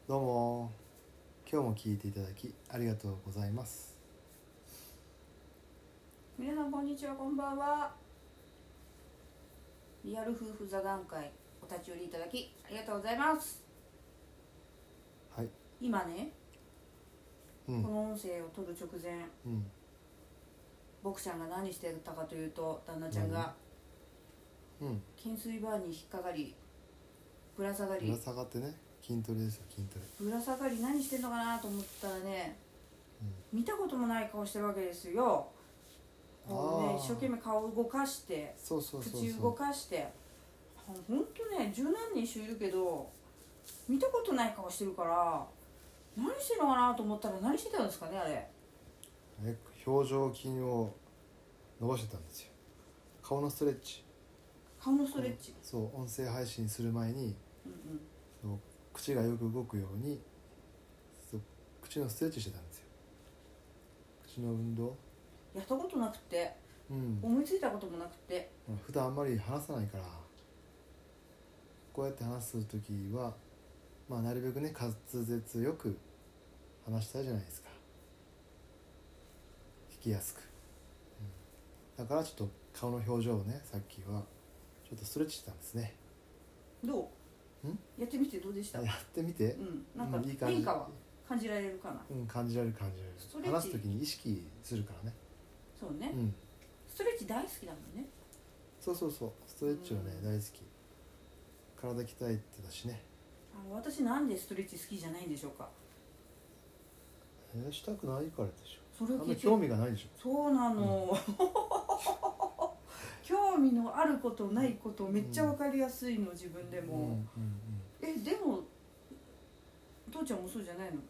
どうも、今日も聞いていただきありがとうございます。 皆さんこんにちは、こんばんは。リアル夫婦座談会お立ち寄りいただきありがとうございます。 はい。 今ね、 この音声を取る直前、僕ちゃんが何してたかというと、旦那ちゃんが懸垂バーに引っかかりぶら下がってね、筋トレですよ、筋トレ。 ぶら下がり何してんのかなと思ったらね、見たこともない顔してるわけですよ。こうね、一生懸命顔動かして口動かして、ほんとね、十何人一緒いるけど見たことない顔してるから、何してるのかなと思ったら、何してたんですかね、あれ。 表情筋を伸ばしてたんですよ。顔のストレッチ。そう、音声配信する前に、そう口がよく動くように、そう口のストレッチしてたんですよ。口の運動やったことなくて、思いついたこともなくて、 普段あんまり話さないから、こうやって話すときは、なるべくね、滑舌よく話したいじゃないですか。聞きやすく、だからちょっと顔の表情をね、さっきはちょっとストレッチしたんですね。 どう？やってみてどうでした？ やってみて、 なんか変化は感じられるかな？ 感じられる。話すときに意識するからね。 そうね、ストレッチ大好きだもんね。 そうストレッチはね、大好き。体鍛えてたしね。 私なんでストレッチ好きじゃないんでしょうか？ したくないからでしょ。 それを聞いて興味がないでしょ。 そうなの、興味のあることないことめっちゃ分かりやすいの、自分でも。でも父ちゃんもそうじゃないの？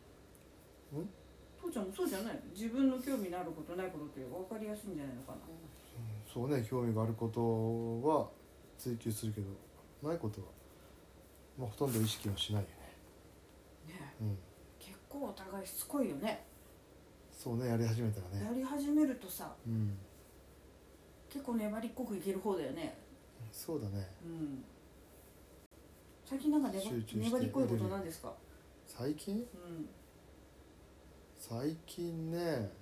父ちゃんもそうじゃないの？自分の興味のあることないことって分かりやすいんじゃないのかな。 そうね、興味があることは追求するけど、ないことは、ほとんど意識はしないよね。 結構お互いしつこいよね。 そうね、やり始めたらね。 やり始めるとさ、結構粘りっこくいける方だよね。 そうだね。 最近なんか粘りっこいことなんですか？ 最近？最近ね、やっ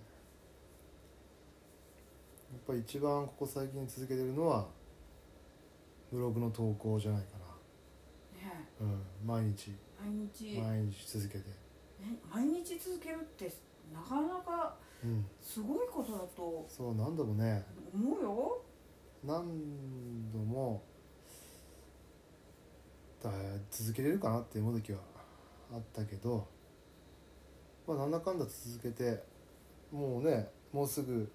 ぱり一番ここ最近続けてるのはブログの投稿じゃないかな。毎日続けて、 毎日続けるってなかなかすごいことだと、 そう何度もね、 思うよ。 何度も続けれるかなって思う時はあったけど、なんだかんだ続けて、もうね、もうすぐ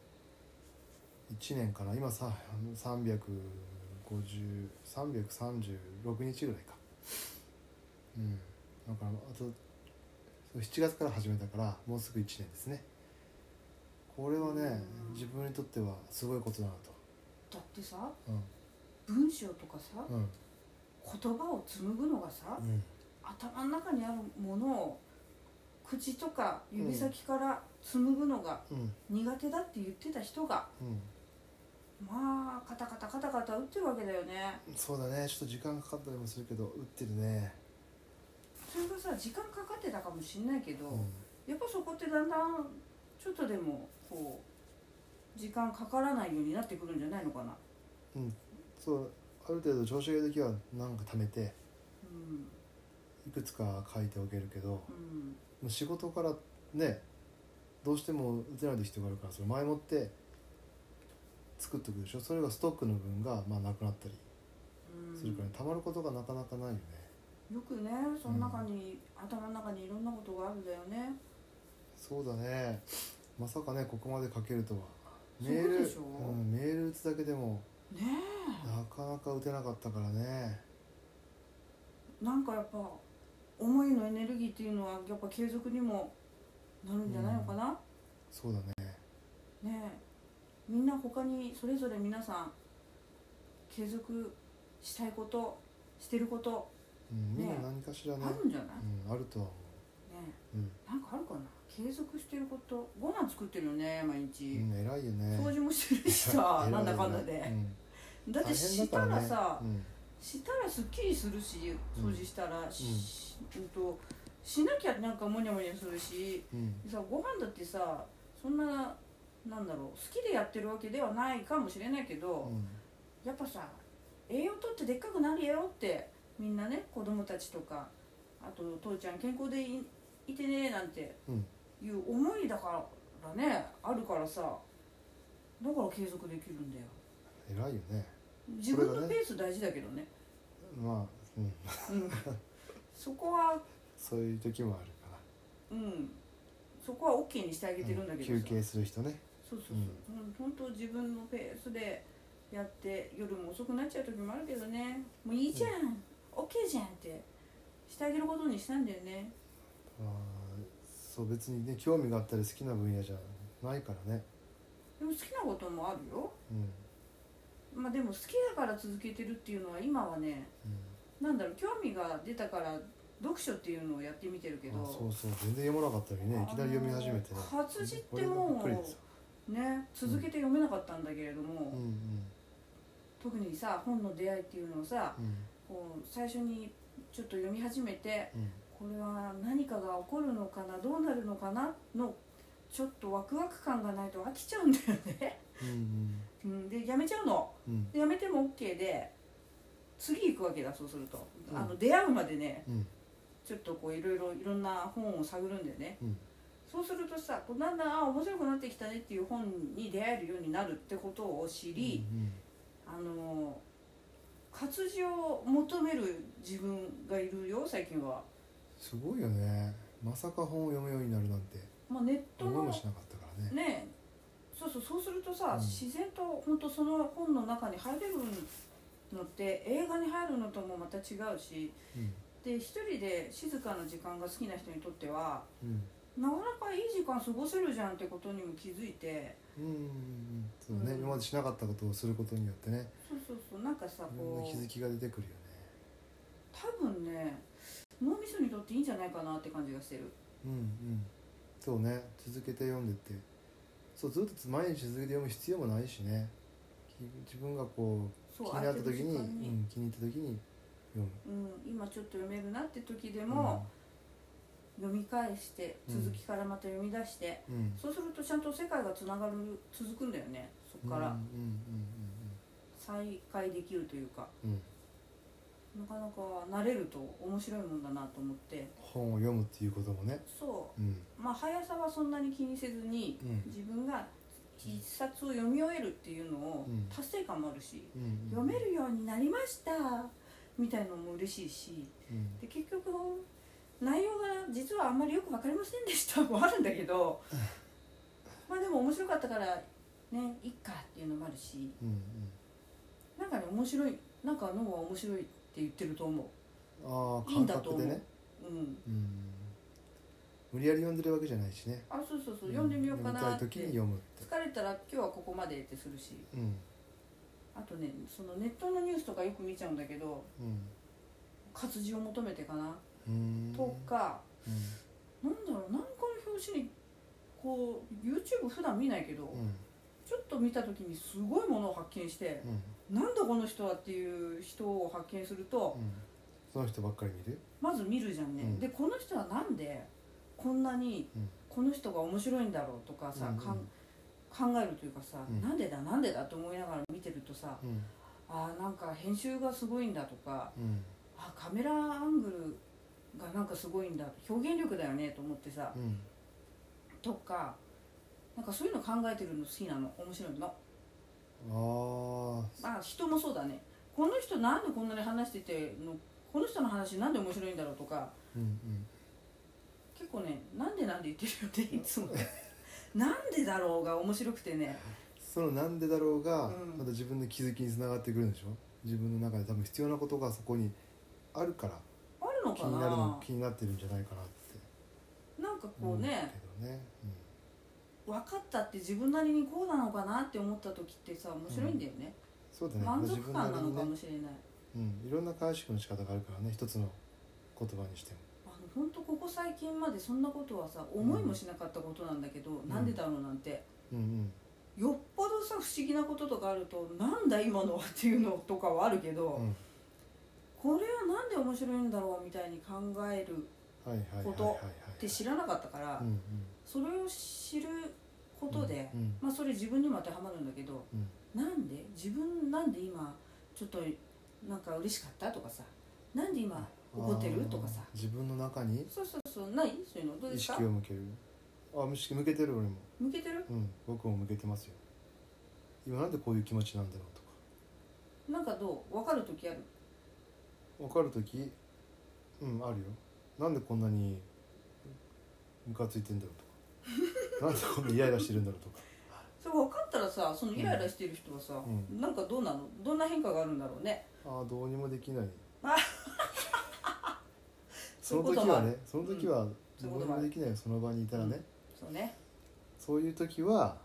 1年かな。今さ、336日ぐらいか。だからあと7月から始めたから、もうすぐ1年ですね。これはね、自分にとってはすごいことだなと。 だってさ、文章とかさ、言葉を紡ぐのがさ、頭の中にあるものを口とか指先から紡ぐのが苦手だって言ってた人が、カタカタ打ってるわけだよね。 そうだね、ちょっと時間かかったりもするけど、打ってるね。 それがさ、時間かかってたかもしれないけど、やっぱそこってだんだんちょっとでもこう時間かからないようになってくるんじゃないのかな。 そう、ある程度調子がいい時はなんか貯めて、いくつか書いておけるけど、仕事からね、どうしても打てない人があるから、それ前もって作っておくでしょ。それがストックの分がなくなったりするから、溜まることがなかなかないよね。 よくね、その中に、頭の中にいろんなことがあるんだよね。 そうだね。まさかね、ここまで書けるとは。 メール打つだけでもなかなか打てなかったからね。 なんかやっぱ思いのエネルギーっていうのはやっぱ継続にもなるんじゃないのかな。 そうだね。 みんな他にそれぞれ皆さん継続したいこと、してること、 みんな何かしらね、 あるんじゃない？ あるとは思う。なんかあるかな。継続してること、ご飯作ってるよね、毎日。 偉いよね。 掃除もしてるしさ、なんだかんだで。だってしたらさ、 したらすっきりするし、掃除したら、しなきゃなんかモニャモニャするし、さご飯だってさそんななんだろう好きでやってるわけではないかもしれないけど、やっぱさ栄養とってでっかくなるよってみんなね、子供たちとかあと父ちゃん健康で いてねなんていう思いだからね、あるからさ、だから継続できるんだよ。 偉いよね。 自分のペース大事だけどね。 まあそこはそういう時もあるから、 そこは OK にしてあげてるんだけどさ、 休憩する人ね。 そう、本当自分のペースでやって夜も遅くなっちゃう時もあるけどね、もういいじゃん、OK じゃんってしてあげることにしたんだよね。 そう別にね興味があったり好きな分野じゃないからね。 でも好きなこともあるよ。まあでも好きだから続けてるっていうのは今はね、なんだろう、興味が出たから読書っていうのをやってみてるけど、 そう全然読まなかったのにね、いきなり読み始めてね。 活字ってもうね続けて読めなかったんだけれども、特にさ本の出会いっていうのをさ、こう最初にちょっと読み始めて、これは何かが起こるのかな、どうなるのかなのちょっとワクワク感がないと飽きちゃうんだよね。でやめちゃうの、でやめても OK で次行くわけだ。そうすると、出会うまでね、ちょっとこういろんな本を探るんだよね。そうするとさ、だんだん面白くなってきたねっていう本に出会えるようになるってことを知り、活字を求める自分がいるよ最近は。 すごいよね。まさか本を読むようになるなんて、 ネットの思いもしなかったからね。 そうするとさ、自然と本当その本の中に入れるのって映画に入るのともまた違うし、で一人で静かな時間が好きな人にとっては、なかなかいい時間過ごせるじゃんってことにも気づいて、 そうね、今までしなかったことをすることによってね、 そうなんかさ、こう気づきが出てくるよね。 多分ね脳みそにとっていいんじゃないかなって感じがしてる。 そうね、続けて読んでて、そうずっと毎日続けて読む必要もないしね。自分がこう気になった時に、気に入った時に読む。 今ちょっと読めるなって時でも、読み返して続きからまた読み出して、そうするとちゃんと世界が続くんだよね。そこから再開できるというか、なかなか慣れると面白いもんだなと思って。 本を読むっていうこともね。 そう、まあ速さはそんなに気にせずに、自分が一冊を読み終えるっていうのを達成感もあるし、読めるようになりましたみたいのも嬉しいし、で結局内容が実はあんまりよく分かりませんでしたもあるんだけどまあでも面白かったからねいっかっていうのもあるし、なんかね面白い、なんか脳は面白いって言ってると思う。いいんだと思う。 無理やり読んでるわけじゃないしね。 そう読んでみようかなって。 読みたい時に読むって。 疲れたら今日はここまでってするし、あとねそのネットのニュースとかよく見ちゃうんだけど、活字を求めてかなとか、なんだろう、なんかの表紙にこう YouTube 普段見ないけど、ちょっと見た時にすごいものを発見して、なんだこの人はっていう人を発見すると、 その人ばっかり見る？ まず見るじゃんね。でこの人はなんでこんなにこの人が面白いんだろうとかさ、考えるというかさ、なんでだと思いながら見てるとさ、なんか編集がすごいんだとか、カメラアングルがなんかすごいんだ、表現力だよねと思ってさ、とかなんかそういうの考えてるの好きなの、面白いの。人もそうだね。この人なんでこんなに話してての、この人の話なんで面白いんだろうとか、結構ね、なんで言ってるよねいつもなんでだろうが面白くてね。 そのなんでだろうが、また自分の気づきにつながってくるんでしょ。自分の中で多分必要なことがそこにあるから、 あるのかな、 気になってるんじゃないかなってなんかこうね、分かったって自分なりにこうなのかなって思った時ってさ、面白いんだよね。 そうだね、 満足感なのかもしれない。 いろんな解釈の仕方があるからね、一つの言葉にしても。 本当ここ最近までそんなことはさ思いもしなかったことなんだけど、なんでだろうなんて、よっぽどさ不思議なこととかあると、なんだ今のはっていうのとかはあるけど、 これはなんで面白いんだろうみたいに考えることって知らなかったから、それを知ることで、まあそれ自分にも当てはまるんだけど、なんで今ちょっとなんか嬉しかったとかさ、なんで今怒ってるとかさ、 自分の中にないそういうのどうですか？ 意識を向ける。意識向けてる。俺も向けてる？ 僕も向けてますよ。今なんでこういう気持ちなんだろうとか。 なんかどう分かる時ある？ 分かる時あるよ。なんでこんなにムカついてんだろうとかなんでこんなイライラしてるんだろうとかそれ分かったらさ、そのイライラしてる人はさ、なんかどうなの？どんな変化があるんだろうね。 どうにもできないその時はね、どうにもできないよ。その場にいたらね、 そうね。 そういう時は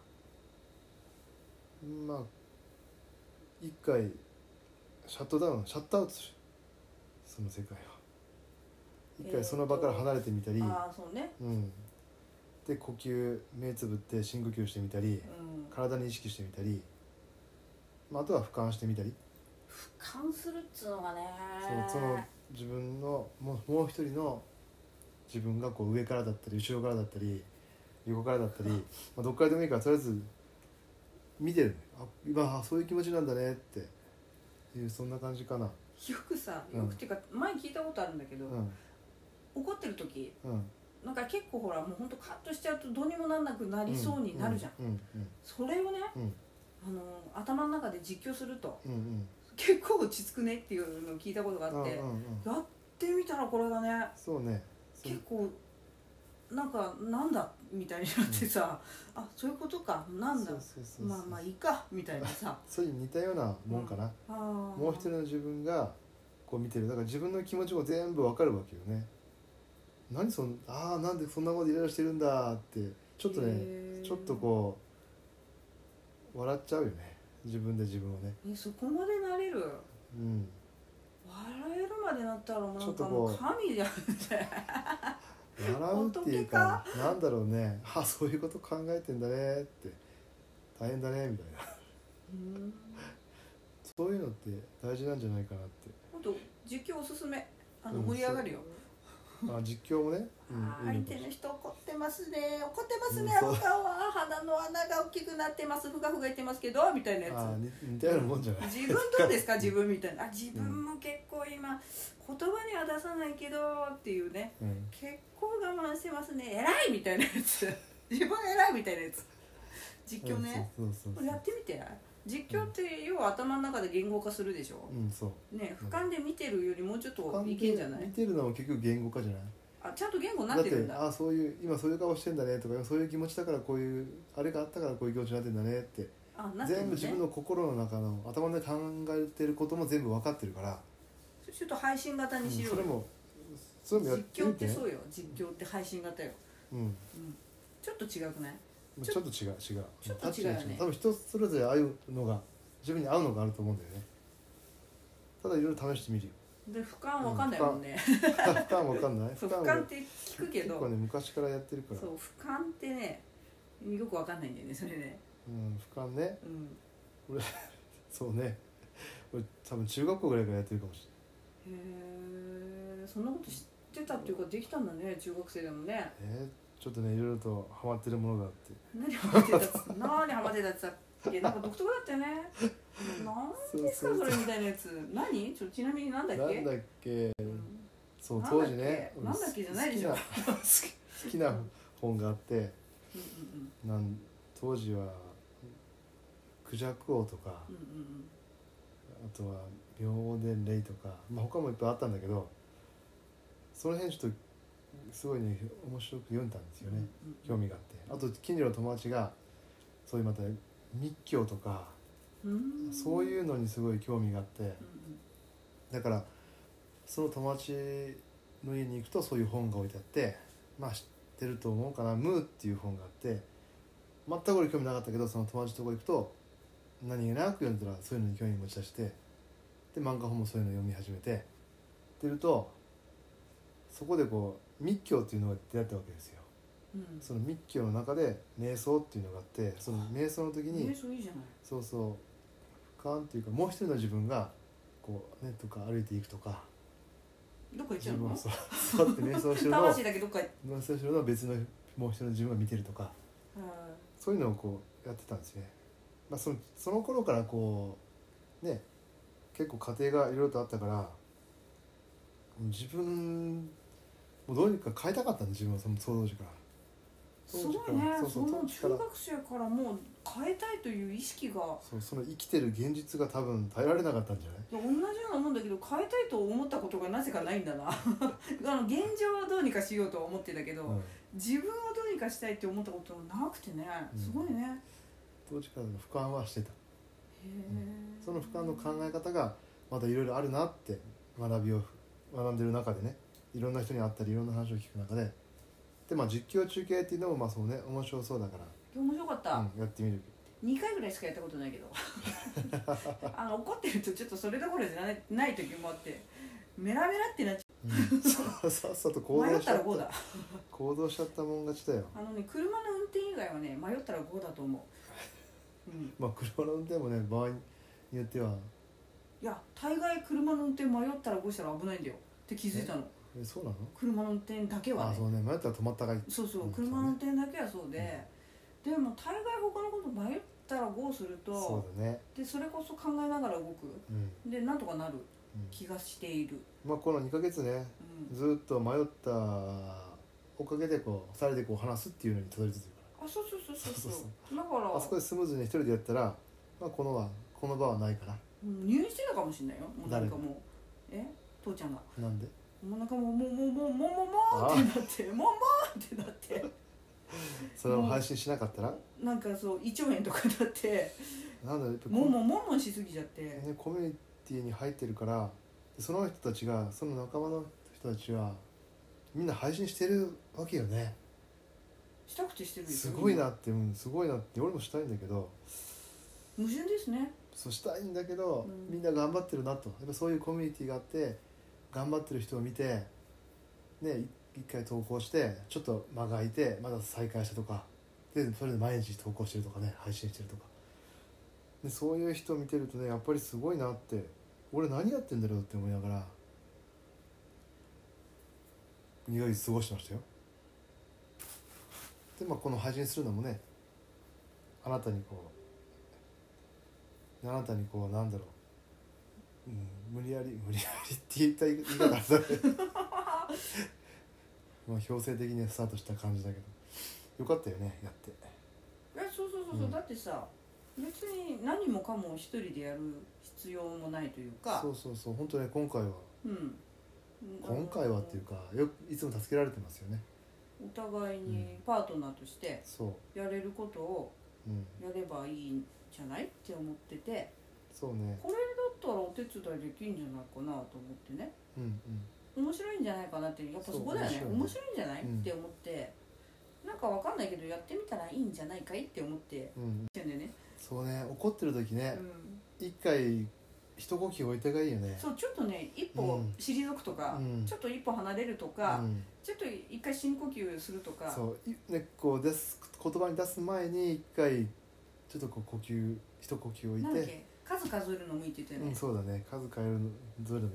まあ一回シャットアウトする。その世界は一回その場から離れてみたり、 そうね、 で呼吸、目つぶって深呼吸してみたり、体に意識してみたり、あとは俯瞰してみたり。 俯瞰するっつうのがね、 その自分のもう一人の自分がこう上からだったり後ろからだったり横からだったり、どっからでもいいからとりあえず見てる。今そういう気持ちなんだねっていう、そんな感じかな。よくっていうか前聞いたことあるんだけど、怒ってる時、なんか結構ほらもうほんとカットしちゃうとどうにもなんなくなりそうになるじゃん。それをね、頭の中で実況すると、結構落ち着くねっていうのを聞いたことがあって、やってみたらこれがね、 そうね、 結構なんかなんだみたいになってさ、そういうことか、なんだ、まあいいかみたいなさそういう似たようなもんかな。もう一人の自分がこう見てる。だから自分の気持ちも全部わかるわけよね。なんでそんなことイライラしてるんだってちょっとね、ちょっとこう笑っちゃうよね、自分で自分をね。 そこまでなれる？笑えるまでなったらなんかもう神じゃん笑うっていうか、なんだろうね、そういうこと考えてんだねって、大変だねみたいなそういうのって大事なんじゃないかなって。 本当実況おすすめ。盛り上がるよ。 実況もね、 相手の人怒ってますね、あの顔は鼻の穴が大きくなってます、ふがふが言ってますけどみたいなやつ。 似たようなもんじゃない？ 自分どうですか？自分みたいな。自分も結構今言葉には出さないけどっていうね、結構我慢してますね、偉いみたいなやつ自分偉いみたいなやつ。実況ね、これやってみて。実況って要は頭の中で言語化するでしょ。そうね、俯瞰で見てるよりもうちょっといけんじゃない？ 見てるのも結局言語化じゃない？ ちゃんと言語になってるんだ。 だってそういう今そういう顔してんだねとか、そういう気持ちだからこういうあれがあったからこういう気持ちになってんだねって、全部自分の心の中の頭で考えてることも全部分かってるから。 そうすると配信型にしよう。 それもやってみて。 実況ってそうよ、実況って配信型よ。ちょっと違くない？ ちょっと違う。 ちょっと違うよね。 多分人それぞれああいうのが自分に合うのがあると思うんだよね。ただいろいろ試してみるよ。 で俯瞰わかんないもんね。 俯瞰わかんない？ 俯瞰って聞くけど、 結構ね昔からやってるから。 そう、俯瞰ってねよくわかんないんだよね、それね。 俯瞰ね。俺そうね。俺多分中学校ぐらいからやってるかもしれない。 へえ、そんなこと知ってたっていうかできたんだね、中学生でもね。 ちょっとねいろいろとハマってるものがあって。 何ハマってたって言ったっけ？なんか独特だったよね。何ですかそれみたいなやつ。何？ちなみになんだっけ？ なんだっけ？そう当時ね。 なんだっけじゃないでしょ。 好きな本があって、当時はクジャク王とか、あとは妙伝霊とか、他もいっぱいあったんだけど、その辺ちょっとすごいね面白く読んだんですよね。興味があって、あと近所の友達がそういうまた密教とかそういうのにすごい興味があって、だからその友達の家に行くとそういう本が置いてあって、知ってると思うかな、ムーっていう本があって、全く俺興味なかったけど、その友達のとこ行くと何気なく読んでたらそういうのに興味持ち出して、で漫画本もそういうの読み始めてってると、そこでこう密教っていうのが出会ったわけですよ。その密教の中で瞑想っていうのがあって、その瞑想の時に瞑想いいじゃない。 そう俯瞰っていうか、もう一人の自分がこうねとか歩いていくとか、 どっか行っちゃうの？ 自分は座って瞑想してるのを魂だけどっか瞑想してるのを別のもう一人の自分が見てるとか、そういうのをこうやってたんですね。まあ、その頃からこうね結構家庭がいろいろとあったから自分もどうにか変えたかったんで自分はその当時から。 すごいね。その中学生からもう変えたいという意識がその生きてる現実が多分耐えられなかったんじゃない？ 同じようなもんだけど変えたいと思ったことがなぜかないんだな現状をどうにかしようとは思ってたけど、自分をどうにかしたいって思ったことがなくてね、すごいね、 当時から俯瞰はしてた。その俯瞰の考え方がまだいろいろあるなって学んでる中でね、いろんな人に会ったりいろんな話を聞く中でまあ、実況中継っていうのもまあそうね面白そうだから面白かった、 やってみる。 2回ぐらいしかやったことないけど怒ってるとちょっとそれどころじゃない時もあってメラメラってなっちゃう、 さっさと行動しちゃった迷ったら5だ行動しちゃったもん勝ちだよ。 車の運転以外はね迷ったら5だと思う、 まあ車の運転もね場合によっては、 いや大概車の運転迷ったら5したら危ないんだよって気づいたの。 そうなの？ 車の運転だけはね。 そうね、迷ったら止まったがいい。 そう、車の運転だけはそうで、でも大概他のこと迷ったら5すると、 そうだね。 でそれこそ考えながら動く、でなんとかなる気がしている。 まあこの2ヶ月ね、ずっと迷ったおかげでこう2人でこう話すっていうのにたどり着いてるから。 そうだからあそこでスムーズに一人でやったら、まあこの場はないから。 入院してたかもしれないよ。もうなんかもう父ちゃんが。 なんで？ もうなんかもうってなってってなってそれを配信しなかったらなんかそう胃腸炎とかだってなんだやっぱもんしすぎちゃって、 ね、コミュニティに入ってるからその人たちがその仲間の人たちはみんな配信してるわけよね。 したくてしてるよ。 すごいなって、すごいなって俺もしたいんだけど矛盾ですね。 そうしたいんだけど、みんな頑張ってるなと、やっぱそういうコミュニティがあって頑張ってる人を見てね、一回投稿してちょっと間が空いてまだ再開したとかでそれで毎日投稿してるとかね、配信してるとかで、そういう人を見てるとねやっぱりすごいなって、俺何やってんだろうって思いながら2ヶ月過ごしてましたよ。でまあこの配信するのもね、あなたにこうなんだろう、無理やりって言った言い方あれだねまあ強制的にスタートした感じだけどよかったよね、やって。 そう、だってさ別に何もかも一人でやる必要もないというか、 そう本当ね、今回はっていうかいつも助けられてますよね。 お互いにパートナーとしてやれることをやればいいんじゃないって思ってて、 そうね、 これだったらお手伝いできるんじゃないかなと思ってね、面白いんじゃないかなって、やっぱそこだよね、面白いんじゃない、って思って、なんかわかんないけどやってみたらいいんじゃないかいって思ってるんだよね。 そうね、怒ってる時ね、一回一呼吸置いた方がいいよね。 そう、ちょっとね一歩退くとか、ちょっと一歩離れるとか、ちょっと一回深呼吸するとか、 そうね、こう言葉に出す前に一回ちょっとこう一呼吸置いて、 なんだっけ、数数えるのもいいって言ってね。 そうだね、数数えるのもいいっていうね。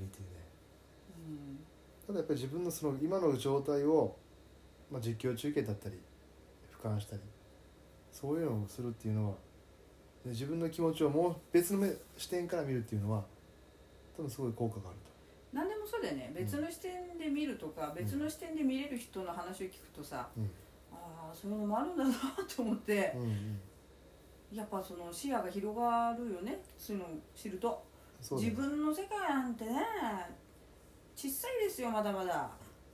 ただやっぱり自分のその今の状態を、実況中継だったり俯瞰したりそういうのをするっていうのは、自分の気持ちをもう別の視点から見るっていうのは多分すごい効果があると。 何でもそうだよね、別の視点で見るとか、別の視点で見れる人の話を聞くとさ、ああそういうのもあるんだなと思って、やっぱその視野が広がるよね、そういうのを知ると。自分の世界なんてね小さいですよ、まだまだ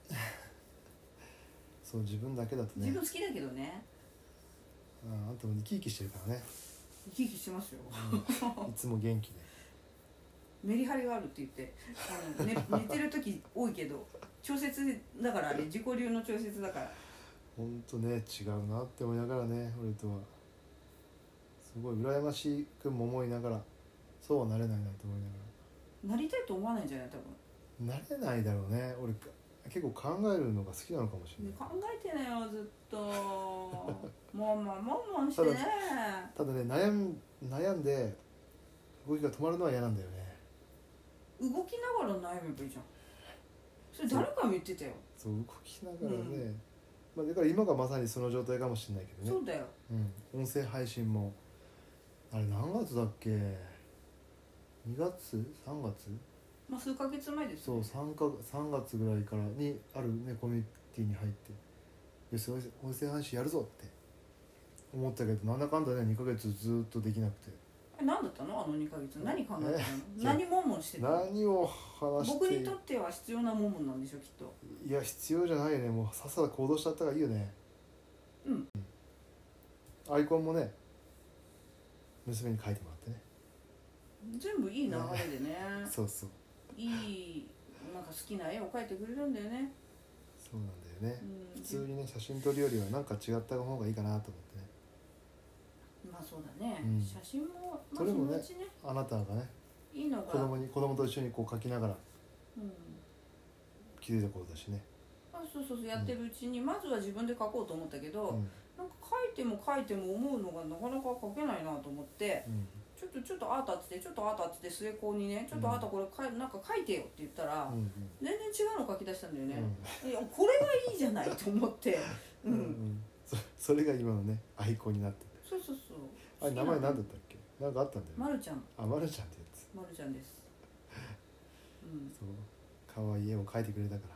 そう、自分だけだとね。 自分好きだけどね。 あんたも生き生きしてるからね。 生き生きしてますよ、 いつも元気でメリハリがあるって言って、寝てる時多いけど調節だからね、自己流の調節だから。 ほんとね、違うなって思いながらね、俺とはすごい羨ましくも思いながら、そうはなれないなと思いながら。なりたいと思わないんじゃない、多分。 なれないだろうね。俺結構考えるのが好きなのかもしれない。 考えてねよ、ずっともんしてね。 ただね、悩んで動きが止まるのは嫌なんだよね。 動きながら悩めばいいじゃん。そそれ誰かも言ってたよ。 そう動きながらね、まあ、だから今がまさにその状態かもしれないけどね。 そうだよ、 音声配信もあれ何月だっけ、2月3月、 まあ数ヶ月前ですそう 3月ぐらいからにあるねコミュニティに入ってよし音声配信やるぞって思ったけど、なんだかんだね2ヶ月ずっとできなくて。 何だったのあの2ヶ月、何考えてたの、何モンモンしてたの。 何を話して、 僕にとっては必要なモンモンなんでしょきっと。 いや必要じゃないよね、もうさっさと行動しちゃった方がいいよね。アイコンもね娘に書いてもらってね、 全部いい流れでねそうそう、 いいなんか好きな絵を描いてくれるんだよね。 そうなんだよね、普通にね写真撮るよりはなんか違った方がいいかなと思ってね。 まあそうだね、写真も、まあ、 それもね、 そのうちねあなたがねいいのが子供と一緒にこう描きながら気づいたことだしね。 そうやってるうちに、まずは自分で描こうと思ったけど、なんか描いても思うのがなかなか描けないなと思って、ちょっとあーたっつって末高にね、ちょっとあーたこれなんか描いてよって言ったら、全然違うの描き出したんだよね、いやこれがいいじゃないと思ってそれが今のねアイコンになってる。 そうあれ名前何だったっけ、なんかあったんだよね。 まるちゃん。 あ、まるちゃんってやつ。 まるちゃんです。 そう可愛い絵を描いてくれたから。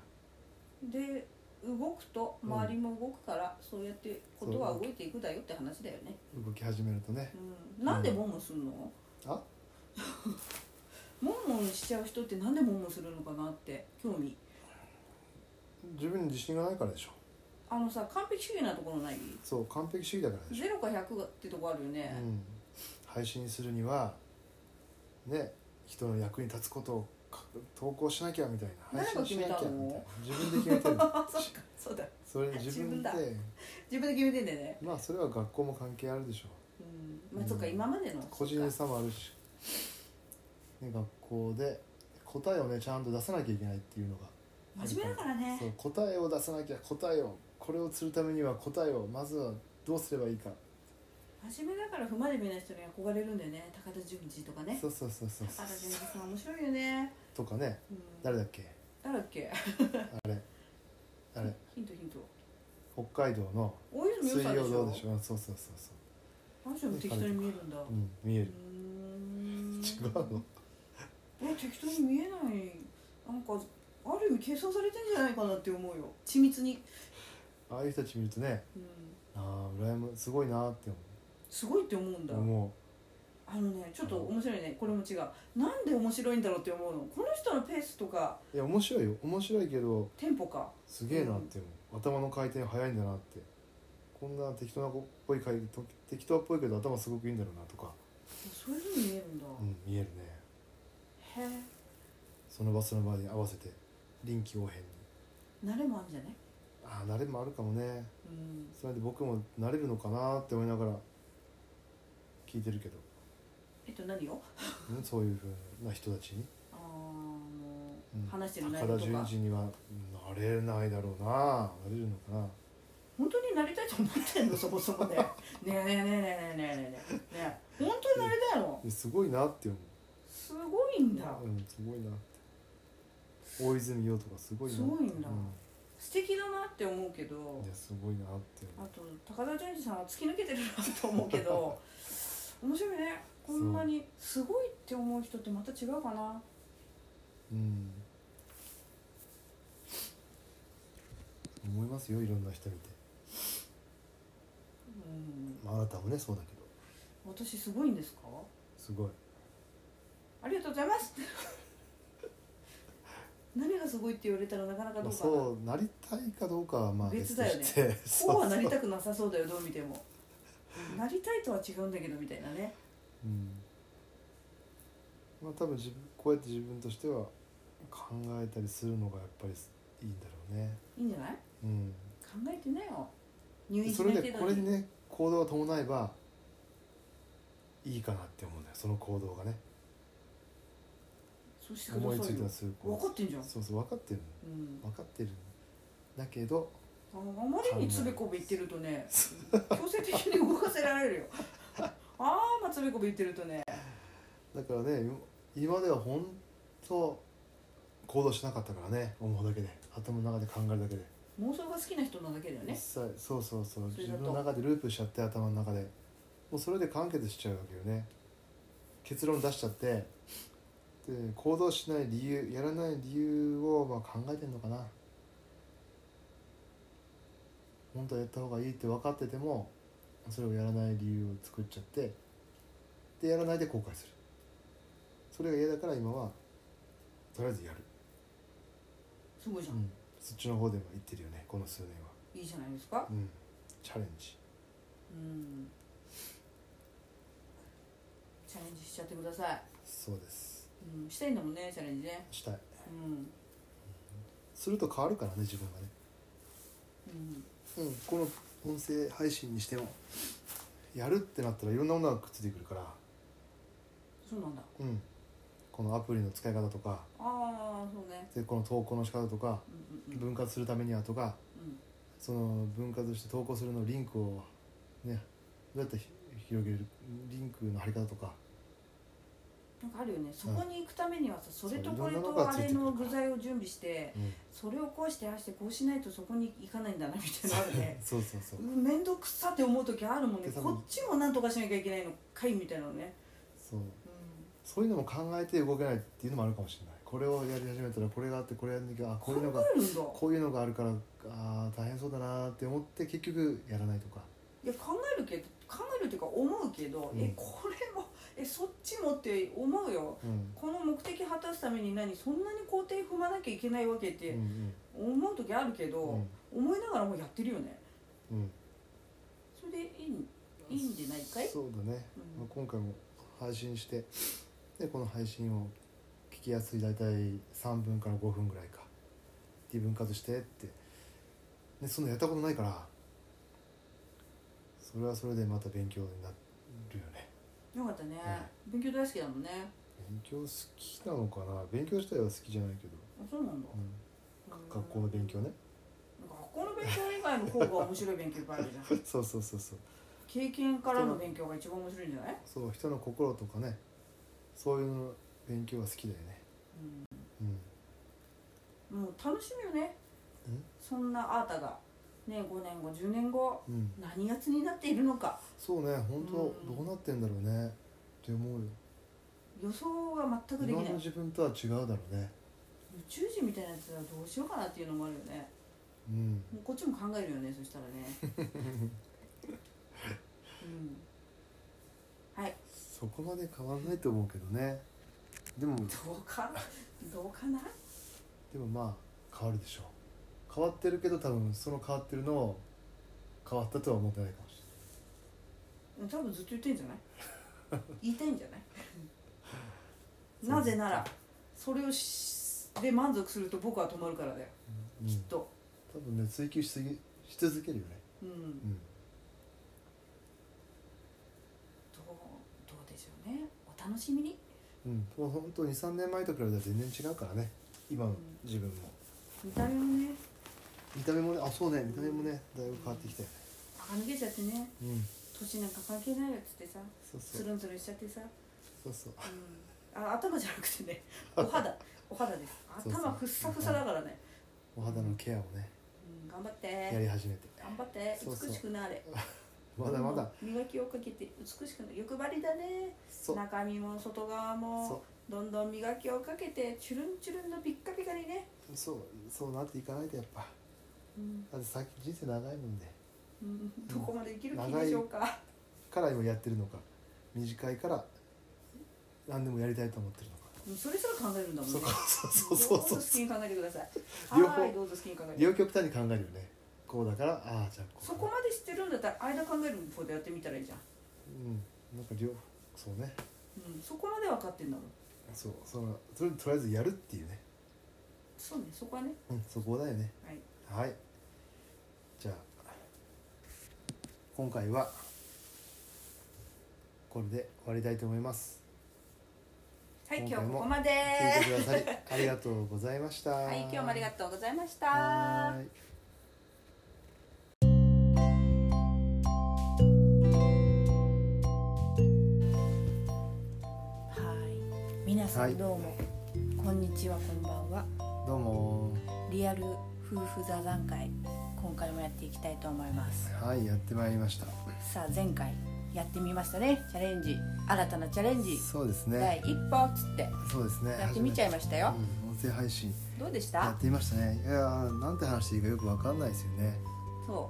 で動くと周りも動くから、そうやってことは動いていくだよって話だよね。 動き始めるとね、 なんでモンモンするの？ あモンモンしちゃう人ってなんでモンモンするのかなって興味。 自分に自信がないからでしょ。 あのさ、完璧主義なところない？ そう、完璧主義だからでしょ。 0か100ってとこあるよね、 配信するにはね、人の役に立つことを投稿しなきゃみたいな、配信しなきゃみたいな、自分で決めてるそっか、そうだ、 それ自分で決めてんだよね。 まあそれは学校も関係あるでしょまあそっか、今までの個人差もあるし、ね、学校で答えをねちゃんと出さなきゃいけないっていうのが真面目だからね。 そう、答えを出さなきゃ、答えをこれをするためには答えをまずはどうすればいいか。 真面目だから不真面目な人に憧れるんだよね。高田純次とかね。 そう高田純次さん面白いよね。 とかね、誰だっけあれヒント北海道の水曜どうでしょ。そうあの人も適当に見えるんだ。 見える。違うの？ 適当に見えない。なんかある意味計算されてんじゃないかなって思うよ、緻密に。 ああいう人たち見るとね、ああ羨む、すごいなって思う。 すごいって思うんだ。あのね、ちょっと面白いね。これも違う。なんで面白いんだろうって思うの。この人のペースとか。 いや面白いよ、面白いけどテンポかすげえなって思う、頭の回転早いんだなって。こんな適当な子っぽい適当っぽいけど頭すごくいいんだろうなとか。 そういう風に見えるんだ。 見えるね。 へえ。 その場その場に合わせて臨機応変に慣れもあるんじゃない？ 慣れもあるかもね、それで僕も慣れるのかなって思いながら聞いてるけど。 何を？ そういう風な人たちに話してる内容とか。 高田純次にはなれないだろうな。なれるのかな。 本当になりたいと思ってんの？そもそもね。ねえ本当になりたいの？ すごいなって思う。 すごいんだ。 すごいなって。大泉洋とかすごいな。 すごいんだ。素敵だなって思うけど。 いやすごいなってあと高田純次さんは突き抜けてるなと思うけど。面白いね。こんなにすごいって思う人ってまた違うかな。 思いますよ、いろんな人見て。あなたもねそうだけど。 私すごいんですか？ すごい。 ありがとうございます。何がすごいって言われたらなかなかどうかな。 そうなりたいかどうかはまあ別だよね。こうはなりたくなさそうだよ、どう見ても。なりたいとは違うんだけどみたいなね。 まあ多分こうやって自分としては考えたりするのがやっぱりいいんだろうね。 いいんじゃない？考えてなよ。 それでこれにね行動が伴えばいいかなって思うんだよ、その行動がね。 そうしてくださいよ。 思いついたらする。 分かってんじゃん。 そう分かってる、分かってるんだけど、 あまりにつべこべ言ってるとね強制的に動かせられるよ。つべこべ言ってるとね。 だからね今では本当行動しなかったからね、思うだけで、頭の中で考えるだけで。 妄想が好きな人なだけだよね。 そう自分の中でループしちゃって、頭の中でもうそれで完結しちゃうわけよね。結論出しちゃって、で行動しない理由、やらない理由を考えてんのかな。本当はやった方がいいって分かってても、それをやらない理由を作っちゃって、でやらないで後悔する。それが嫌だから今はとりあえずやる。 すごいじゃん、 そっちの方でも言ってるよね、この数年は。 いいじゃないですか。 チャレンジ、 チャレンジしちゃってください。 そうです、 したいんだもんね、チャレンジね。 したい、すると変わるからね、自分がね。この音声配信にしてもやるってなったらいろんなものがくっついてくるから。 そうなんだ。 このアプリの使い方とか、 そうね、 でこの投稿の仕方とか、分割するためにはとか、その分割して投稿するのリンクをね、どうやって広げるリンクの貼り方とかなんかあるよね。そこに行くためにはさ、それとこれとあれの具材を準備して、それをこうしてああしてこうしないとそこに行かないんだなみたいなのあるね。 そう面倒くさって思う時あるもんね。こっちも何とかしなきゃいけないのかいみたいなのね。 そういうのも考えて動けないっていうのもあるかもしれない。これをやり始めたらこれがあってこれやんなきゃ、こういうのがあるから大変そうだなって思って結局やらないとか。 いや考えるっていうか思うけど、これもそっちもって思うよ、この目的果たすためにそんなに工程踏まなきゃいけないわけって思う時あるけど、思いながらもやってるよね。それでいいんじゃないかい。 そうだね、今回も配信して、でこの配信を聞きやすい大体3分から5分ぐらいかって分割してって、でそんなやったことないから、それはそれでまた勉強になるよね。 よかったね、勉強大好きだもんね。 勉強好きなのかな。勉強自体は好きじゃないけど。 そうなんだ、 学校の勉強ね。 学校の勉強以外の方が面白い勉強いっぱいあるじゃん。 そう経験からの勉強が一番面白いんじゃない。 そう、人の心とかね、そういうの勉強は好きだよね。 もう楽しみよね。そんなあーたがね、5年後10年後、何やつになっているのか。 そうね、本当どうなってんだろうねって思うよ。 予想は全くできない。 今の自分とは違うだろうね。 宇宙人みたいなやつはどうしようかなっていうのもあるよね。もうこっちも考えるよね、そしたらね。はい。 そこまで変わんないと思うけどね。でもどうかな。 でも変わるでしょう。変わってるけど多分その変わってるのを変わったとは思ってないかもしれない。多分ずっと言ってんじゃない。言いたいんじゃない。なぜならそれをで満足すると僕は止まるからだよ、きっと。 多分ね、追求し続けるよね。どうでしょうね。お楽しみに。 もう本当 2,3 年前と比べたら全然違うからね、今の自分も。 見た目もね、 そうね、見た目もね、だいぶ変わってきたよね。 垢抜けちゃってね、年なんか関係ないよっつってさ、つるんつるんしちゃってさ。頭じゃなくてね、お肌です。頭ふっさふさだからね。 お肌のケアをね、 頑張ってやり始めて、 頑張って美しくなれ。 まだまだ磨きをかけて美しくなる。欲張りだね。中身も外側もどんどん磨きをかけてチュルンチュルンのピッカピカにね。 そうなっていかないとやっぱ、だって先人生長いもんで、 どこまで生きる気でしょうか。 から今やってるのか、短いから何でもやりたいと思ってるのか。 それすら考えるんだもんね。 そうどうぞ好きに考えてください。はい、どうぞ好きに考えて。 両極端に考えるよね。こうだからじゃあそこまで知ってるんだったら間考えることやってみたらいいじゃん。 なんかそうね。 そこまで分かってんだもん。 それとりあえずやるっていうね。 そうね、そこはね。 そこだよね。はい。じゃあ今回はこれで終わりたいと思います。 はい、今日ここまで。 聞いてくださりありがとうございました。 はい、今日もありがとうございました。 はい 。皆さんどうも、ここんにちは、こんばんは。 どうも。 リアル夫婦座談会、今回もやっていきたいと思います。 はい、やってまいりました。 さあ、前回やってみましたね。チャレンジ、新たなチャレンジ。 そうですね。 第一歩っつって。 そうですね。 やってみちゃいましたよ。 音声配信。 どうでした？ やってみましたね。いや、なんて話していいかよくわかんないですよね。 そう、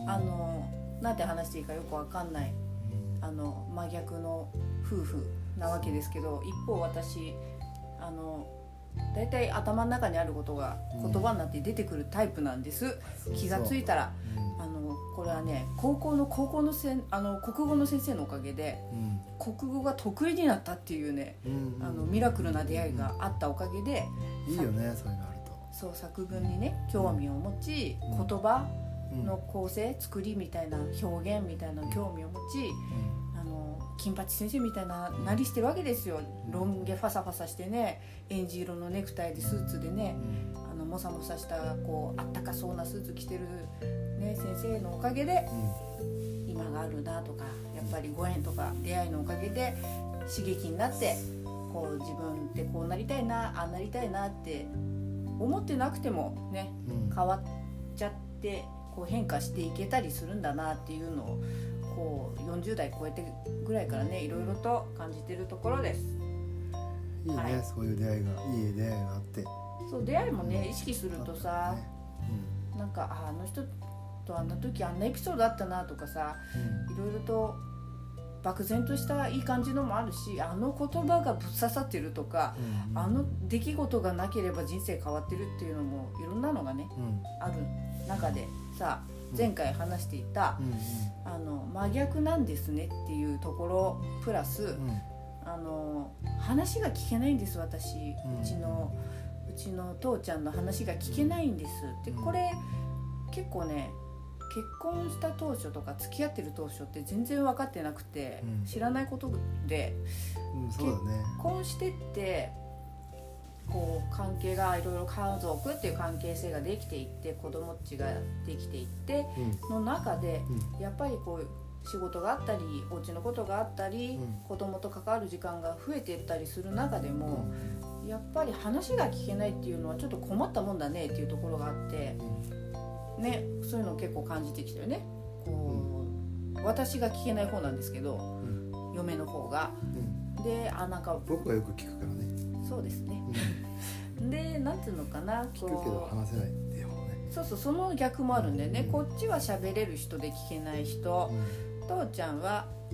なんて話していいかよくわかんない。真逆の夫婦なわけですけど、一方私だいたい頭の中にあることが言葉になって出てくるタイプなんです。気がついたら、これはね、国語の先生のおかげで、国語が得意になったっていうね、ミラクルな出会いがあったおかげで、 いいよね、そういうのあると。 そう、作文にね興味を持ち、言葉の構成、作りみたいな表現みたいな興味を持ち、金八先生みたいななりしてるわけですよ。ロン毛ファサファサしてね、エンジ色のネクタイでスーツでね、モサモサしたこうあったかそうなスーツ着てる、ね、先生のおかげで、今があるなとか、やっぱりご縁とか出会いのおかげで刺激になって、こう自分ってこうなりたいな、ああなりたいなって思ってなくてもね、変わっちゃってこう変化していけたりするんだなっていうのをこう40代超えてぐらいからね、いろいろと感じてるところです。 いいね、はい、そういう出会いが、いい出会いがあって。 そう、出会いもね、意識するとさ、なんかあの人とあんな時あんなエピソードあったなとかさ、いろいろと漠然としたいい感じのもあるし、あの言葉がぶっ刺さってるとか、あの出来事がなければ人生変わってるっていうのもいろんなのがね、ある中でさ、前回話していた、真逆なんですねっていうところプラス、話が聞けないんです、私。うちの父ちゃんの話が聞けないんです。で、これ結構ね、結婚した当初とか付き合ってる当初って全然分かってなくて、知らないことで、 そうだね、 結婚してってこう関係がいろいろ、家族っていう関係性ができていって、子供っちができていっての中で、やっぱりこう仕事があったり、お家のことがあったり、子供と関わる時間が増えていったりする中でも、やっぱり話が聞けないっていうのはちょっと困ったもんだねっていうところがあって、ね、そういうのを結構感じてきたよね。こう、私が聞けない方なんですけど、嫁の方が、で、なんか僕はよく聞くからね。 そうですね、で、なんていうのかな、 聞くけど話せないっていう方ね。 そうそう、その逆もあるんだよね。こっちは喋れる人で聞けない人、父ちゃんはい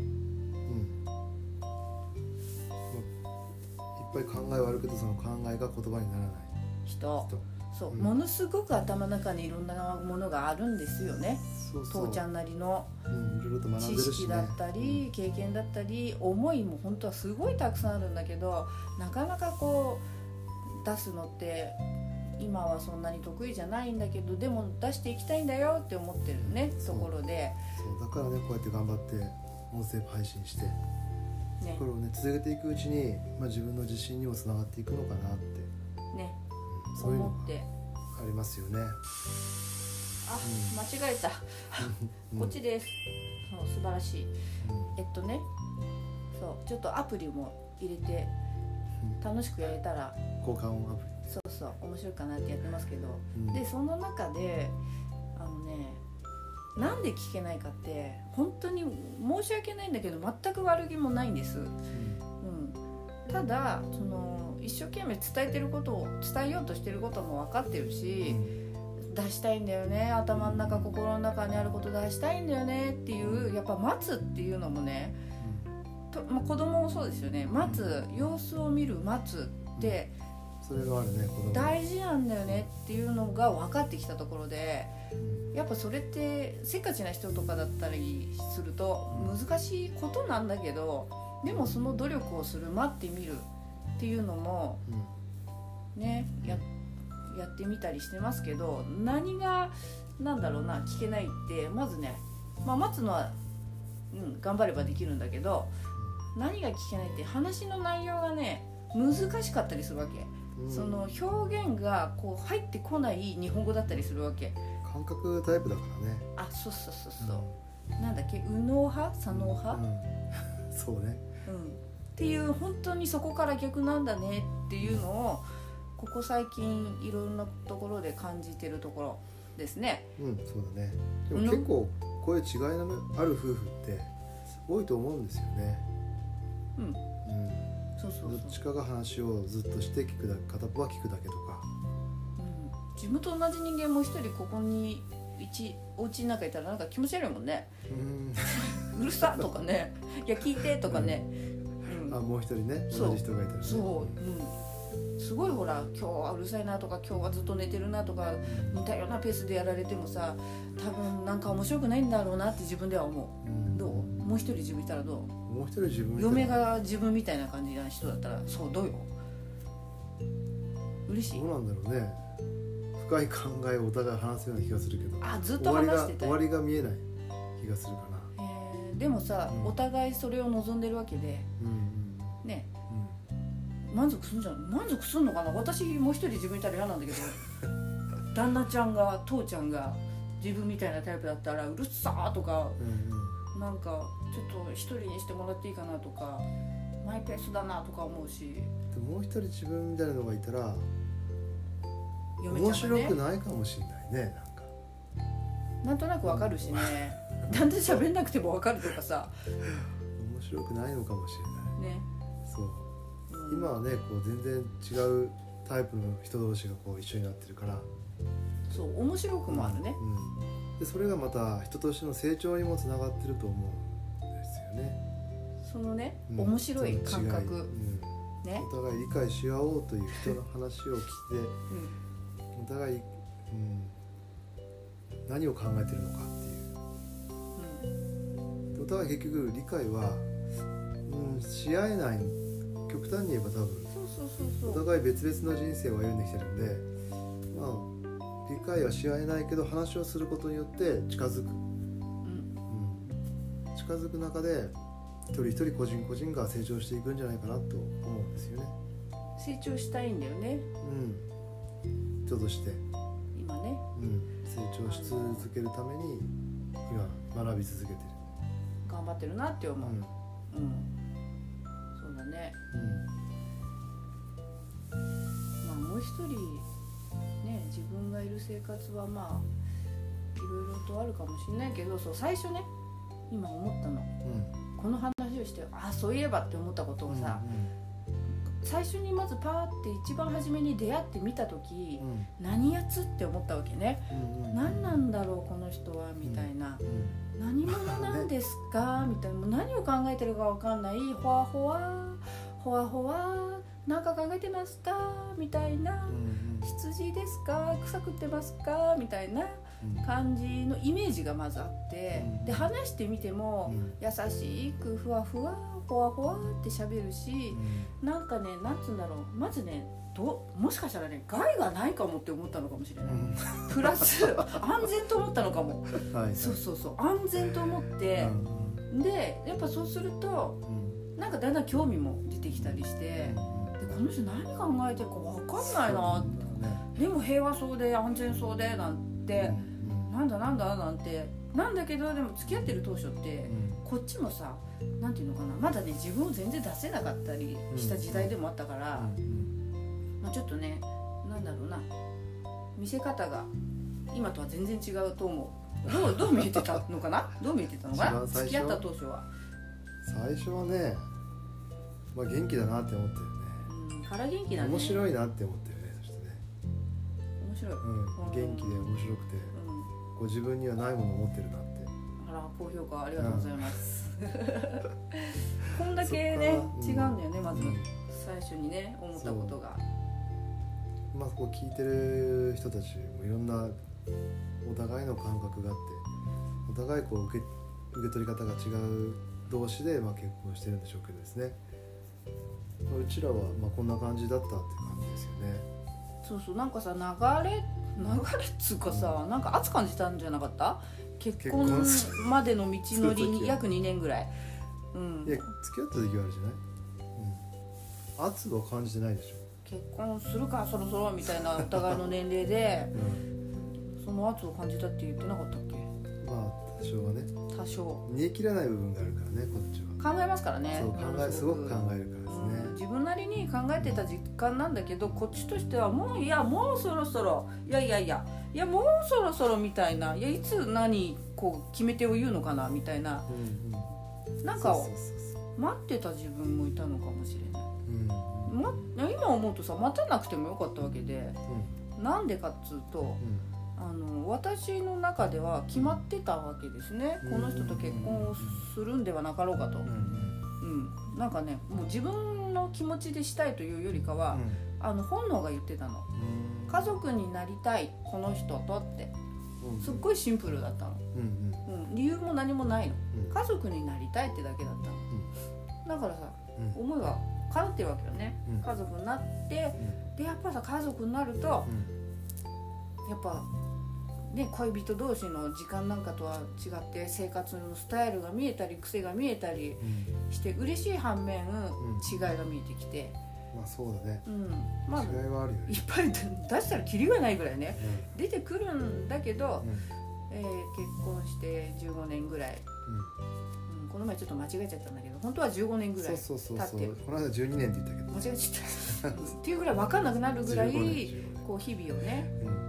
っぱい考えはあるけど、その考えが言葉にならない人。そう、ものすごく頭の中にいろんなものがあるんですよね。父ちゃんなりの知識だったり、経験だったり、思いも本当はすごいたくさんあるんだけど、なかなかこう出すのって今はそんなに得意じゃないんだけど、でも出していきたいんだよって思ってるね、ところで。 そうだからね、こうやって頑張って音声配信して、これをね続けていくうちに、自分の自信にもつながっていくのかなってね、 そういうのがありますよね。 間違えたこっちです。そう、素晴らしい。そう、ちょっとアプリも入れて楽しくやれたら、 効果音アプリ、 そうそう、面白いかなってやってますけど、で、その中でなんで聞けないかって、本当に申し訳ないんだけど全く悪気もないんです、ただその一生懸命伝えようとしてることも分かってるし、出したいんだよね、頭の中、心の中にあること出したいんだよねっていう、やっぱ待つっていうのもね、子供もそうですよね。待つ、様子を見る、待つって、 それがあるね、 大事なんだよねっていうのが分かってきたところで、やっぱそれってせっかちな人とかだったりすると難しいことなんだけど、でもその努力をする、待ってみるっていうのもね、やってみたりしてますけど、何がなんだろうな、聞けないって、まずね、待つのは、頑張ればできるんだけど、何が聞けないって、話の内容がね難しかったりするわけ。その表現がこう入ってこない日本語だったりするわけ。 感覚タイプだからね。 そう、なんだっけ、右脳派、左脳派、 そうね、 っていう、本当にそこから逆なんだねっていうのをここ最近いろんなところで感じてるところですね。 そうだね。でも結構こういう違いのある夫婦って多いと思うんですよね。そうどっちかが話をずっとして聞くだけ、片っぽは聞くだけとか、 自分と同じ人間も一人ここにお家の中いたらなんか気持ち悪いもんね。うるさとかね、いや聞いてとかね、 もう一人ね、同じ人がいたらね、 すごいほら今日はうるさいなとか今日はずっと寝てるなとか似たようなペースでやられてもさ、多分なんか面白くないんだろうなって自分では思う。どう？もう一人自分いたらどう？ もう一人自分嫁が自分みたいな感じな人だったらそうどうよ？嬉しい？ どうなんだろうね。深い考えをお互い話すような気がするけど、 ずっと話してた終わりが見えない気がするかな。 でもさ、お互いそれを望んでるわけで、ね、満足するんじゃん。満足するのかな。私もう一人自分いたら嫌なんだけど旦那ちゃんが父ちゃんが自分みたいなタイプだったらうるさーとか、なんかちょっと一人にしてもらっていいかなとか、マイペースだなとか思うし、 でもう一人自分みたいなのがいたら面白くないかもしれないね。 なんとなくわかるしねなんで喋んなくてもわかるとかさ面白くないのかもしれないね。そう、今はねこう全然違うタイプの人同士がこう一緒になってるから、 そう面白くもあるね、 でそれがまた人としての成長にもつながってると思うんですよね。 そのね、面白い感覚、 ね、お互い理解し合おうという人の話を聞いて、お互い、何を考えてるのかっていう、お互い結局理解は、し合えない。極端に言えば多分お互い別々の人生を歩んできてるんで、理解はし合えないけど話をすることによって近づく、近づく中で一人一人個人個人が成長していくんじゃないかなと思うんですよね。 成長したいんだよね、 人として今ね、 成長し続けるために今学び続けてる、 頑張ってるなって思う、そうだね、もう一人ね、自分がいる生活はいろいろとあるかもしれないけど、最初ね今思ったの、この話をしてそういえばって思ったことをさ、最初にまずパーって一番初めに出会ってみた時、何やつって思ったわけね、何なんだろうこの人はみたいな、何者なんですかみたいな、もう何を考えてるか分かんない、ほわほわほわほわなんか考えてますかみたいな、羊ですか草食ってますかみたいな感じのイメージがまずあって、で話してみても、優しくふわふわほわほわって喋るし、なんかね、なんつうんだろう、まずねもしかしたらね害がないかもって思ったのかもしれない、プラス安全と思ったのかもそう安全と思って、でやっぱそうすると、なんかだんだん興味も出てきたりして、でこの人何考えてるか分かんないな、でも平和そうで安全そうでなんて、なんだなんて、なんだけどでも付き合ってる当初って、こっちもさ、なんていうのかな、まだね自分を全然出せなかったりした時代でもあったから、ちょっとね、なんだろうな、見せ方が今とは全然違うと思う。どう見えてたのかなどう見えてたのかな、付き合った当初は。 最初はね、元気だなって思ってるね、 から元気だね、 面白いなって思ってるね。そしてね、 面白い、 元気で面白くて、こう自分にはないものを持ってるなって。 高評価ありがとうございます、こんだけね違うんだよね、まず最初にね思ったことが。 こう聞いてる人たちもいろんなお互いの感覚があって、お互いこう受け取り方が違う同士で結婚してるんでしょうけどですね、うちらはこんな感じだったっていう感じですよね。 そうなんかさ、流れっつうかさ、なんか熱感じたんじゃなかった？結婚までの道のりに約2年ぐらい、 いや付き合った時はあるじゃない、圧は感じてないでしょ。 結婚するかそろそろみたいなお互いの年齢で、その圧を感じたって言ってなかったっけ？ 多少はね、 多少煮え切らない部分があるからね、こっちは考えますからね。 そうすごく考えるからですね。 自分なりに考えてた時間なんだけど、こっちとしてはもうそろそろいやもうそろそろみたいな、いやいつ何こう決め手を言うのかなみたいな、なんか待ってた自分もいたのかもしれない、今思うとさ、待たなくてもよかったわけで、なんでかっつうと、私の中では決まってたわけですね、この人と結婚をするんではなかろうかと、なんかね、もう自分の気持ちでしたいというよりかは、本能が言ってたの、家族になりたいこの人とって、すっごいシンプルだったの、理由も何もないの、家族になりたいってだけだったの、だからさ、思いは叶ってるわけよね、家族になって、でやっぱさ、家族になると、やっぱね、恋人同士の時間なんかとは違って生活のスタイルが見えたり癖が見えたりして嬉しい反面、違いが見えてきて、 まあそうだね、 まあ、 違いはあるよね、 いっぱい出したらキリがないぐらいね、出てくるんだけど、結婚して15年ぐらい、この前ちょっと間違えちゃったんだけど、本当は15年ぐらい経ってる。 この間12年って言ったけど間違えちゃったっていうぐらい分かんなくなるぐらいこう日々をね、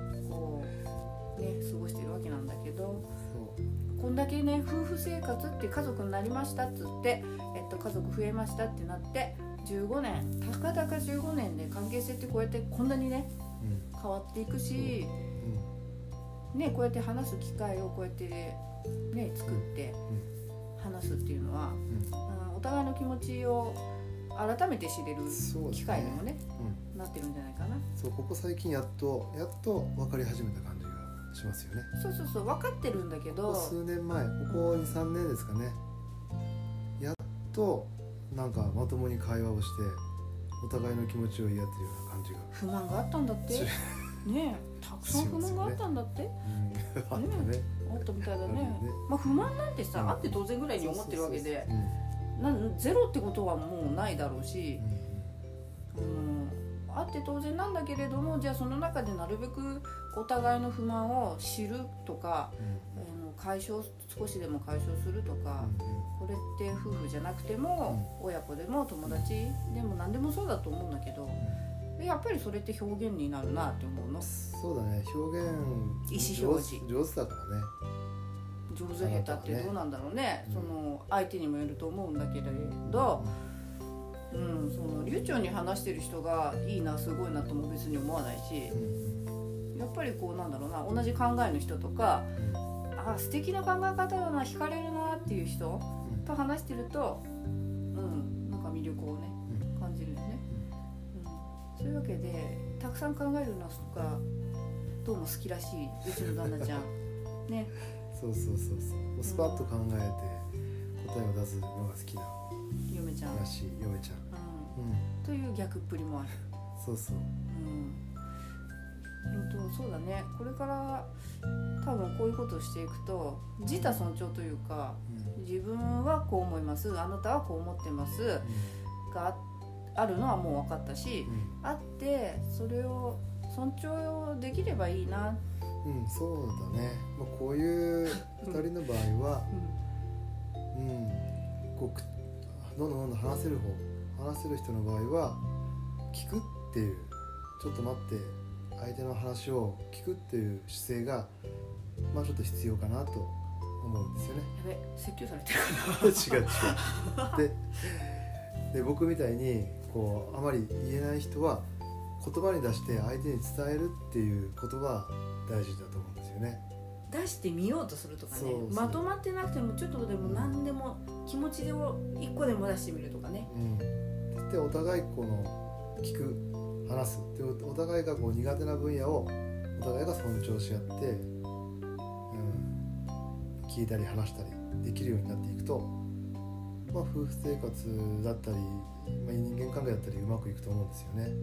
過ごしてるわけなんだけど、こんだけね、夫婦生活って家族になりましたっつって、家族増えましたってなって15年、たかだか15年で関係性ってこうやってこんなにね、変わっていくし、ね、こうやって話す機会をこうやってね、作って話すっていうのは、お互いの気持ちを改めて知れる機会にもね、なってるんじゃないかな。 そう、ここ最近やっと分かり始めた感じがしますよね。 そう分かってるんだけど、 数年前、ここ 2,3 年ですかね、やっとなんかまともに会話をしてお互いの気持ちを言い合ってるような感じが。 不満があったんだってね、たくさん不満があったんだって、 あったね、 あったみたいだね。まあ不満なんてさ、あって当然ぐらいに思ってるわけで、ゼロってことはもうないだろうし、あって当然なんだけれども、じゃあその中でなるべくお互いの不満を知るとか、少しでも解消するとか、これって夫婦じゃなくても、親子でも友達でも何でもそうだと思うんだけど、やっぱりそれって表現になるなって思うの。 そうだね、表現意思表示上手だからね。 上手下手ってどうなんだろうね、その相手にもよると思うんだけれど、その流暢に話してる人がいいな、すごいなとも別に思わないし、やっぱりこうなんだろうな、同じ考えの人とか、素敵な考え方だな、惹かれるなっていう人と話してると、なんか魅力をね、感じるよね。そういうわけで、たくさん考えるのがどうも好きらしい、うちの旦那ちゃんね。 そうスパッと考えて答えを出すのが好きな嫁ちゃんらしい、嫁ちゃん、 という逆っぷりもある。 そうそうだね、これから多分こういうことをしていくと、自他尊重というか、自分はこう思います、あなたはこう思ってます、があるのはもう分かったし、あってそれを尊重できればいいな。 そうだね、こういう2人の場合は、こうどんどん話せる人の場合は聞くっていう、ちょっと待って相手の話を聞くっていう姿勢がちょっと必要かなと思うんですよね。 やべ、説教されてるかな違うで僕みたいにこうあまり言えない人は言葉に出して相手に伝えるっていうことが大事だと思うんですよね。 出してみようとするとかね、まとまってなくてもちょっとでも何でも気持ちで1個でも出してみるとかね、 でお互いこの聞く、話すで、お互いがこう苦手な分野をお互いが尊重し合って、聞いたり話したりできるようになっていくと、夫婦生活だったり、人間関係だったりうまくいくと思うんですよね。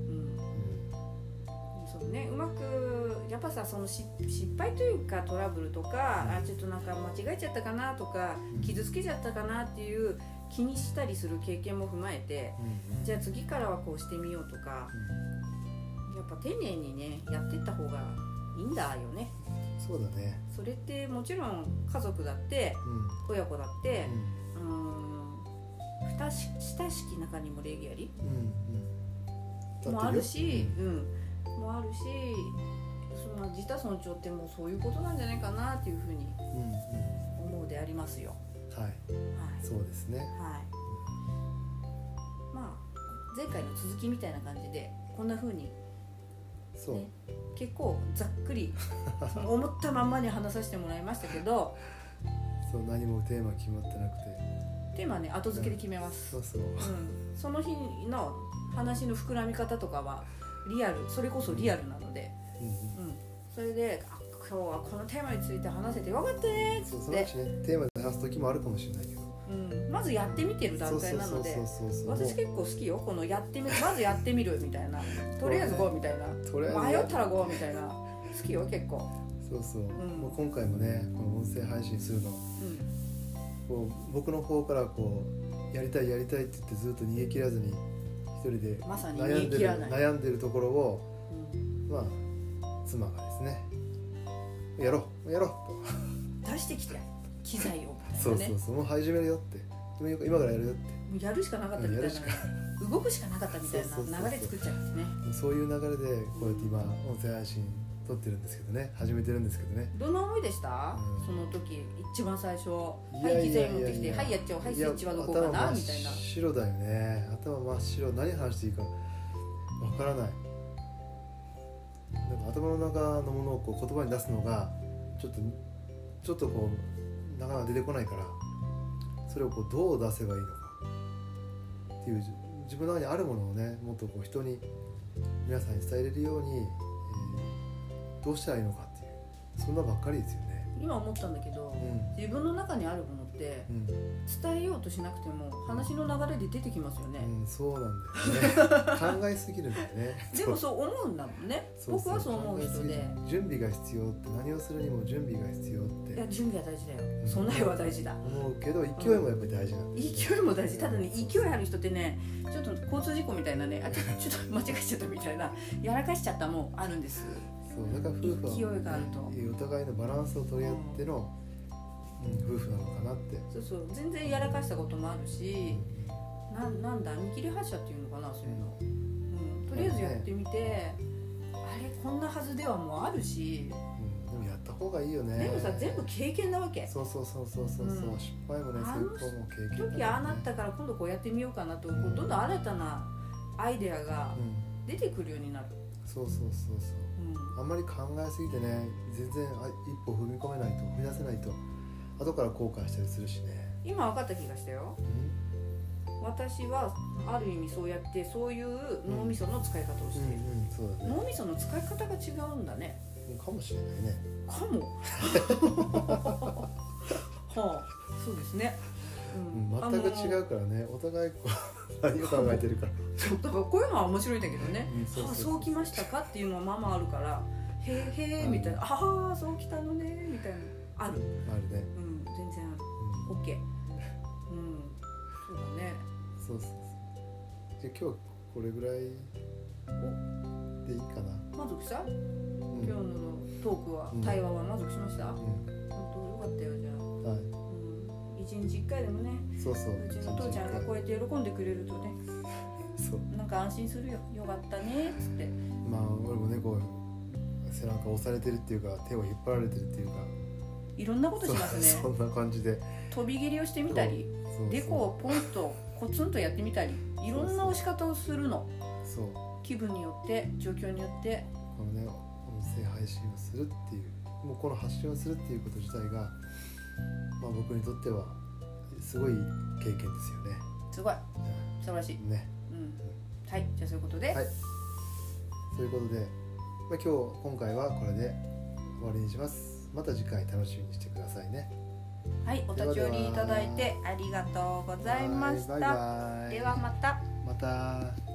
そうね、うまくやっぱさ、その失敗というかトラブルとか、ちょっとなんか間違えちゃったかなとか、傷つけちゃったかなっていう気にしたりする経験も踏まえて、じゃあ次からはこうしてみようとか、やっぱ丁寧にねやってった方がいいんだよね。 そうだね。 それってもちろん家族だって、親子だって、 親しき中にも礼儀あり、もあるし、もあるし、その自他尊重ってもうそういうことなんじゃないかなっていうふうに思うでありますよ。 はい、そうですね。 まあ前回の続きみたいな感じでこんなふうに、 そう、ね、 結構ざっくり思ったまんまに話させてもらいましたけどそう何もテーマ決まってなくて、 テーマね後付けで決めます、その日の話の膨らみ方とかはリアル、それこそリアルなので、それで今日はこのテーマについて話せてよかったねっつって、 そのうちねテーマで話す時もあるかもしれないけど、 まずやってみてる段階なので、私結構好きよ、このやってみる、まずやってみるみたいなとりあえず GO みたいな、迷ったら GO みたいな好きよ結構。 もう今回もねこの音声配信するの、こう僕の方からこうやりたいって言ってずっと逃げ切らずに一人で悩んでるところを、まあ妻がですねやろうと出してきて機材を、 もう始めるよって、今からやるよって、 もうやるしかなかったみたいな、動くしかなかったみたいな流れ作っちゃうんですね。 そういう流れでこうやって今音声配信撮ってるんですけどね、始めてるんですけどね。 どんな思いでした、その時一番最初、はい機材持ってきて、はいやっちゃおう、はいスイッチはどこかなみたいな。 頭真っ白だよね、頭真っ白、何話していいかわからない。なんか頭の中のものをこう言葉に出すのがちょっとこうなかなか出てこないから、それをこうどう出せばいいのかっていう自分の中にあるものをね、もっとこう人に皆さんに伝えれるように、どうしたらいいのかっていう、そんなばっかりですよね。 今思ったんだけど、自分の中にあるものって、伝えようとしなくても話の流れで出てきますよね。 そうなんだよね考えすぎるんだよねでもそう思うんだもんね。僕はそう思う人で、 準備が必要って、何をするにも準備が必要って、 いや準備は大事だよ、備えは大事だ思うけど、勢いもやっぱり大事なんです、 勢いも大事。ただね、勢いある人ってね、ちょっと交通事故みたいなね、ちょっと間違えちゃったみたいな、やらかしちゃったもあるんです。 そうだから夫婦は、 勢いがあるとお互いのバランスを取り合っての、夫婦なのかなって。 そう全然やらかしたこともあるし、なんだ見切り発車っていうのかな、そういうの、とりあえずやってみて、あれこんなはずではもうあるし、 でもやった方がいいよね。 でもさ、全部経験なわけ。 そう、失敗もね、成功も経験だね。時ああなったから今度こうやってみようかなと、どんどん新たなアイデアが出てくるようになる。 そう、あんまり考えすぎてね、全然一歩踏み出せないと後から後悔したりするしね。 今分かった気がしたよ。私はある意味そうやってそういう脳みその使い方をしている。 そうだね。 脳みその使い方が違うんだね。 かもしれないね。 かもはあ、そうですね、 全く違うからね、お互い何を考えてるかだからこういうのは面白いんだけどね、そうきましたかっていうのはまあまああるから、へえみたいな、ああそうきたのねみたいなあるね、全然ある、オッケー、そうだね。 そうじゃあ今日はこれぐらいでいいかな。 満足した？今日のトークは、対話は満足しました？本当よかったよ。じゃあ、1日1回でもね、うちの父ちゃんがこうやって喜んでくれるとね、なんか安心するよ。よかったねっつって。 まあ俺もね、こう背中押されてるっていうか、手を引っ張られてるっていうか、 いろんなことしますね。 そんな感じで飛び蹴りをしてみたり、デコをポンとコツンとやってみたり、いろんな押し方をするの。気分によって状況によってこのね、音声配信をするっていう、もうこの発信をするっていうこと自体が、まあ僕にとってはすごい経験ですよね。 すごい、素晴らしいね。はい、じゃあそういうことで、 そういうことで、今回はこれで終わりにします。また次回楽しみにしてくださいね。 はい、お立ち寄りいただいてありがとうございました。ではまた。